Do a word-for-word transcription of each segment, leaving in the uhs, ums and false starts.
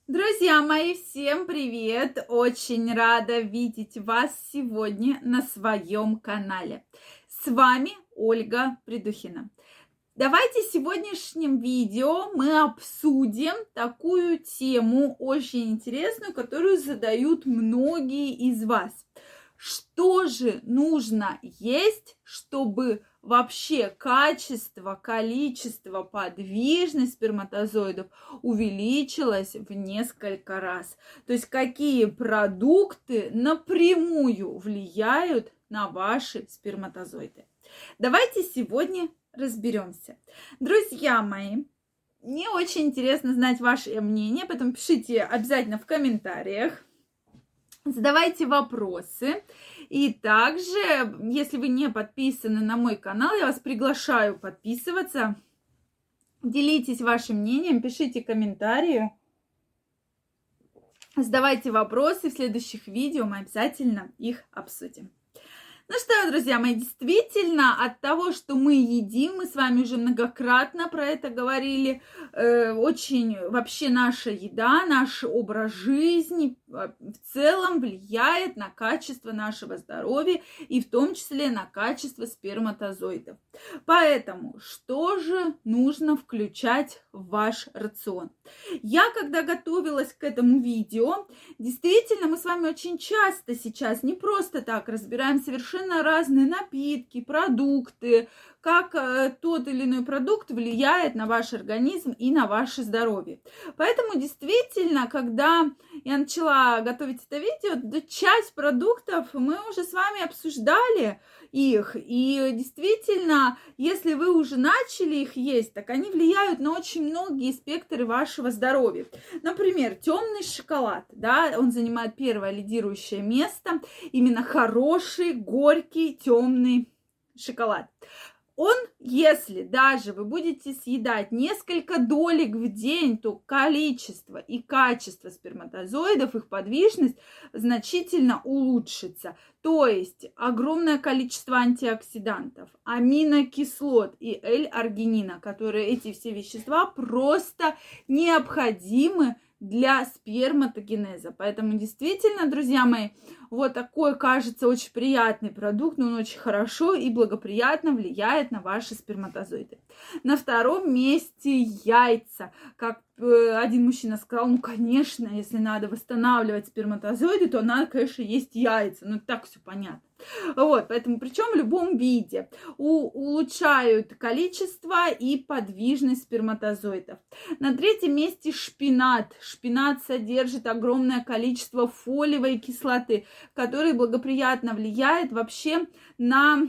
Друзья мои, всем привет! Очень рада видеть вас сегодня на своем канале. С вами Ольга Придухина. Давайте в сегодняшнем видео мы обсудим такую тему очень интересную, которую задают многие из вас. Что же нужно есть, чтобы вообще качество, количество, подвижность сперматозоидов увеличилось в несколько раз? То есть какие продукты напрямую влияют на ваши сперматозоиды? Давайте сегодня разберемся. Друзья мои, мне очень интересно знать ваше мнение, поэтому пишите обязательно в комментариях. Задавайте вопросы. И также, если вы не подписаны на мой канал, я вас приглашаю подписываться. Делитесь вашим мнением, пишите комментарии. Задавайте вопросы. В следующих видео мы обязательно их обсудим. Ну что, друзья мои, действительно, от того, что мы едим, мы с вами уже многократно про это говорили, э, очень вообще наша еда, наш образ жизни в целом влияет на качество нашего здоровья и в том числе на качество сперматозоидов. Поэтому, что же нужно включать в ваш рацион? Я, когда готовилась к этому видео, действительно, мы с вами очень часто сейчас не просто так разбираем совершенно разные напитки, продукты, как э, тот или иной продукт влияет на ваш организм и на ваше здоровье. Поэтому действительно, когда я начала готовить это видео, да, часть продуктов мы уже с вами обсуждали их. И действительно, если вы уже начали их есть, так они влияют на очень многие спектры вашего здоровья. Например, темный шоколад, да, он занимает первое лидирующее место. Именно хороший, горький, темный шоколад. Он, если даже вы будете съедать несколько долек в день, то количество и качество сперматозоидов, их подвижность значительно улучшится. То есть огромное количество антиоксидантов, аминокислот и L-аргинина, которые эти все вещества просто необходимы для сперматогенеза. Поэтому действительно, друзья мои, вот такой, кажется, очень приятный продукт, но он очень хорошо и благоприятно влияет на ваши сперматозоиды. На втором месте яйца. Как один мужчина сказал, ну, конечно, если надо восстанавливать сперматозоиды, то надо, конечно, есть яйца. Ну, так все понятно. Вот, поэтому, причем в любом виде, у, улучшают количество и подвижность сперматозоидов. На третьем месте шпинат. Шпинат содержит огромное количество фолиевой кислоты, которая благоприятно влияет вообще на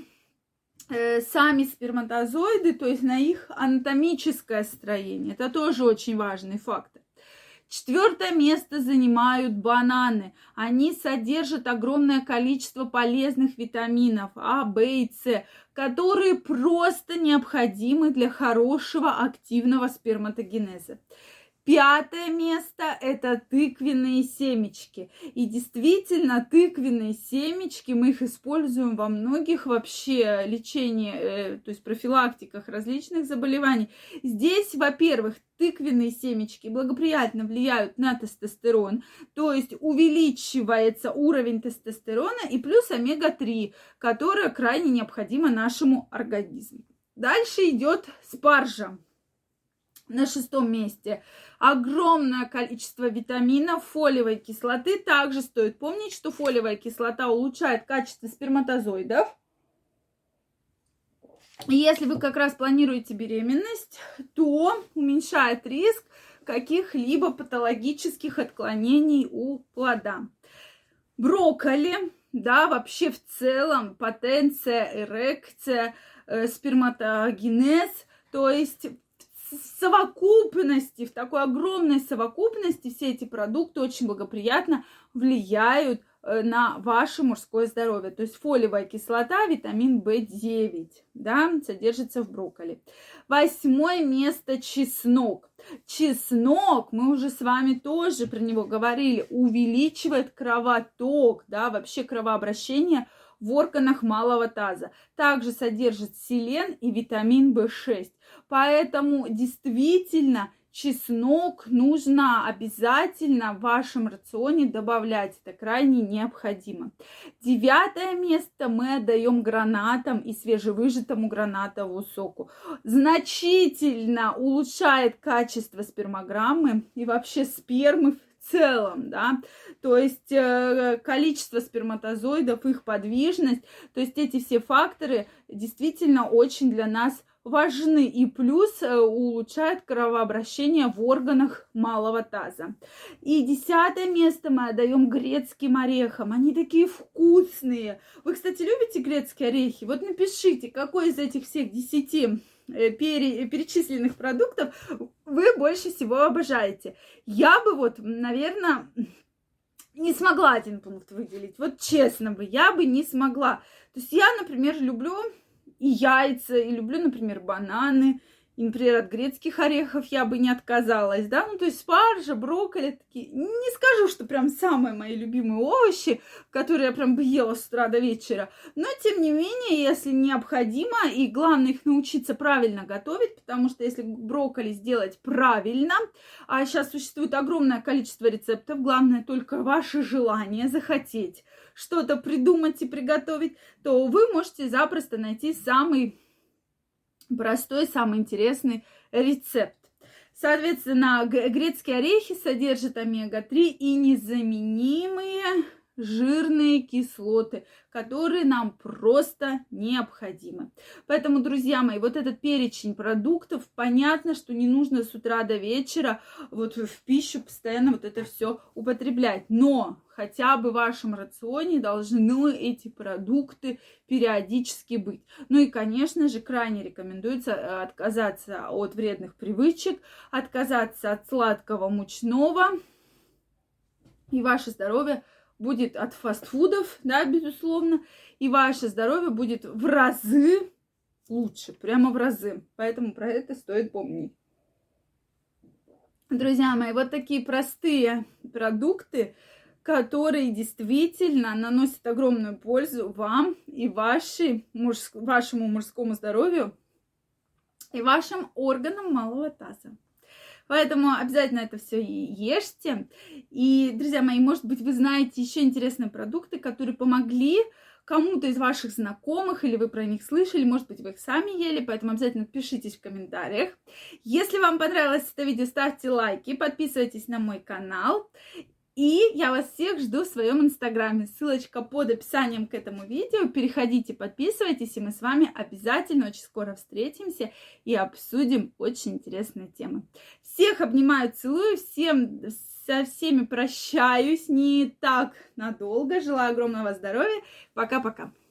э, сами сперматозоиды, то есть на их анатомическое строение. Это тоже очень важный фактор. Четвертое место занимают бананы. Они содержат огромное количество полезных витаминов А, В и С, которые просто необходимы для хорошего активного сперматогенеза. Пятое место – это тыквенные семечки. И действительно, тыквенные семечки, мы их используем во многих вообще лечениях, э, то есть профилактиках различных заболеваний. Здесь, во-первых, тыквенные семечки благоприятно влияют на тестостерон, то есть увеличивается уровень тестостерона и плюс омега три, которая крайне необходима нашему организму. Дальше идет спаржа. На шестом месте огромное количество витаминов, фолиевой кислоты. Также стоит помнить, что фолиевая кислота улучшает качество сперматозоидов. И если вы как раз планируете беременность, то уменьшает риск каких-либо патологических отклонений у плода. Брокколи, да, вообще в целом потенция, эрекция, э, сперматогенез, то есть в совокупности, в такой огромной совокупности все эти продукты очень благоприятно влияют на ваше мужское здоровье. То есть фолиевая кислота, витамин В девять, да, содержится в брокколи. Восьмое место чеснок. Чеснок, мы уже с вами тоже про него говорили, увеличивает кровоток, да, вообще кровообращение в органах малого таза. Также содержит селен и витамин В шесть. Поэтому действительно чеснок нужно обязательно в вашем рационе добавлять. Это крайне необходимо. Девятое место мы отдаем гранатам и свежевыжатому гранатовому соку. Значительно улучшает качество спермограммы и вообще спермы в целом, да, то есть э, количество сперматозоидов, их подвижность, то есть эти все факторы действительно очень для нас важны, и плюс э, улучшает кровообращение в органах малого таза. И десятое место мы отдаем грецким орехам, они такие вкусные. Вы, кстати, любите грецкие орехи? Вот напишите, какой из этих всех десяти Пере, перечисленных продуктов вы больше всего обожаете. Я бы вот, наверное, не смогла один пункт выделить. Вот честно бы, я бы не смогла. То есть я, например, люблю и яйца, и люблю, например, бананы. И, например, от грецких орехов я бы не отказалась, да, ну, то есть спаржа, брокколи, такие, не скажу, что прям самые мои любимые овощи, которые я прям бы ела с утра до вечера, но, тем не менее, если необходимо, и главное их научиться правильно готовить, потому что если брокколи сделать правильно, а сейчас существует огромное количество рецептов, главное только ваше желание захотеть что-то придумать и приготовить, то вы можете запросто найти самый простой, самый интересный рецепт. Соответственно, грецкие орехи содержат омега три и незаменимые жирные кислоты, которые нам просто необходимы. Поэтому, друзья мои, вот этот перечень продуктов, понятно, что не нужно с утра до вечера вот в пищу постоянно вот это все употреблять. Но хотя бы в вашем рационе должны эти продукты периодически быть. Ну и, конечно же, крайне рекомендуется отказаться от вредных привычек, отказаться от сладкого мучного, и ваше здоровье будет от фастфудов, да, безусловно, и ваше здоровье будет в разы лучше, прямо в разы. Поэтому про это стоит помнить. Друзья мои, вот такие простые продукты, которые действительно наносят огромную пользу вам и вашей, мужск, вашему мужскому здоровью и вашим органам малого таза. Поэтому обязательно это все ешьте. И, друзья мои, может быть, вы знаете еще интересные продукты, которые помогли кому-то из ваших знакомых, или вы про них слышали, может быть, вы их сами ели, поэтому обязательно пишитесь в комментариях. Если вам понравилось это видео, ставьте лайки, подписывайтесь на мой канал. И я вас всех жду в своем инстаграме. Ссылочка под описанием к этому видео. Переходите, подписывайтесь, и мы с вами обязательно очень скоро встретимся и обсудим очень интересные темы. Всех обнимаю, целую, всем, со всеми прощаюсь не так надолго. Желаю огромного здоровья. Пока-пока.